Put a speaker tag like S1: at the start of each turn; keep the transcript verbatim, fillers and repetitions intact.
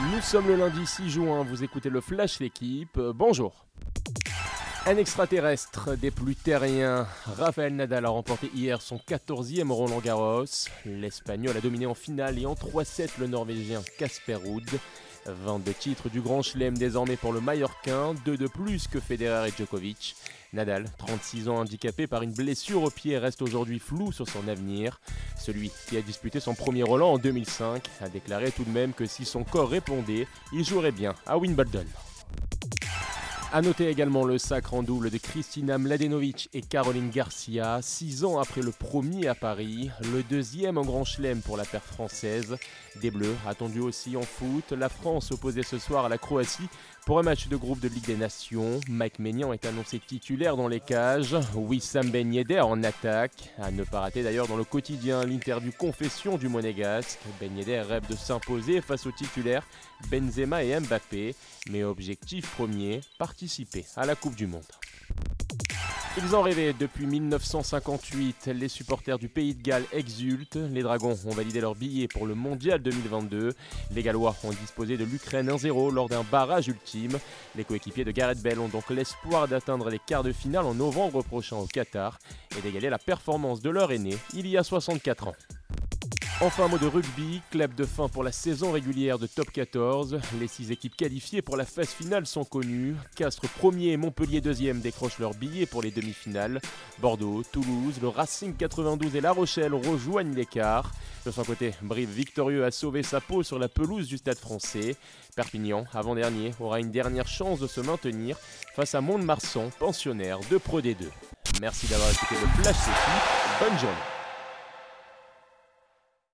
S1: Nous sommes le lundi six juin, vous écoutez le Flash L'équipe, euh, bonjour. Un extraterrestre des plus terriens, Rafael Nadal a remporté hier son quatorzième Roland Garros. L'Espagnol a dominé en finale et en trois sept le Norvégien Casper Ruud. vingt-deux titres du Grand Chelem désormais pour le Mallorquin, deux de plus que Federer et Djokovic. Nadal, trente-six ans handicapé par une blessure au pied, reste aujourd'hui flou sur son avenir. Celui qui a disputé son premier Roland en deux mille cinq a déclaré tout de même que si son corps répondait, il jouerait bien à Wimbledon. A noter également le sacre en double de Kristina Mladenovic et Caroline Garcia, six ans après le premier à Paris, le deuxième en Grand Chelem pour la paire française. Des Bleus, attendus aussi en foot, la France opposait ce soir à la Croatie pour un match de groupe de Ligue des Nations. Mike Maignan est annoncé titulaire dans les cages, Wissam Ben Yedder en attaque. À ne pas rater d'ailleurs dans le quotidien l'interview confession du Monégasque. Ben Yedder rêve de s'imposer face aux titulaires Benzema et Mbappé, mais objectif premier, participer à la Coupe du Monde. Ils en rêvaient depuis mille neuf cent cinquante-huit, les supporters du Pays de Galles exultent. Les Dragons ont validé leur billet pour le Mondial deux mille vingt-deux. Les Gallois ont disposé de l'Ukraine un zéro lors d'un barrage ultime. Les coéquipiers de Gareth Bale ont donc l'espoir d'atteindre les quarts de finale en novembre prochain au Qatar et d'égaler la performance de leur aîné il y a soixante-quatre ans. Enfin, un mot de rugby, clap de fin pour la saison régulière de Top quatorze. Les six équipes qualifiées pour la phase finale sont connues. Castres premier et Montpellier deuxième décrochent leurs billets pour les demi-finales. Bordeaux, Toulouse, le Racing quatre-vingt-douze et La Rochelle rejoignent l'écart. De son côté, Brive victorieux a sauvé sa peau sur la pelouse du Stade Français. Perpignan, avant-dernier, aura une dernière chance de se maintenir face à Mont-de-Marsan, pensionnaire de Pro D deux. Merci d'avoir écouté le Flash L'équipe. Bonne journée.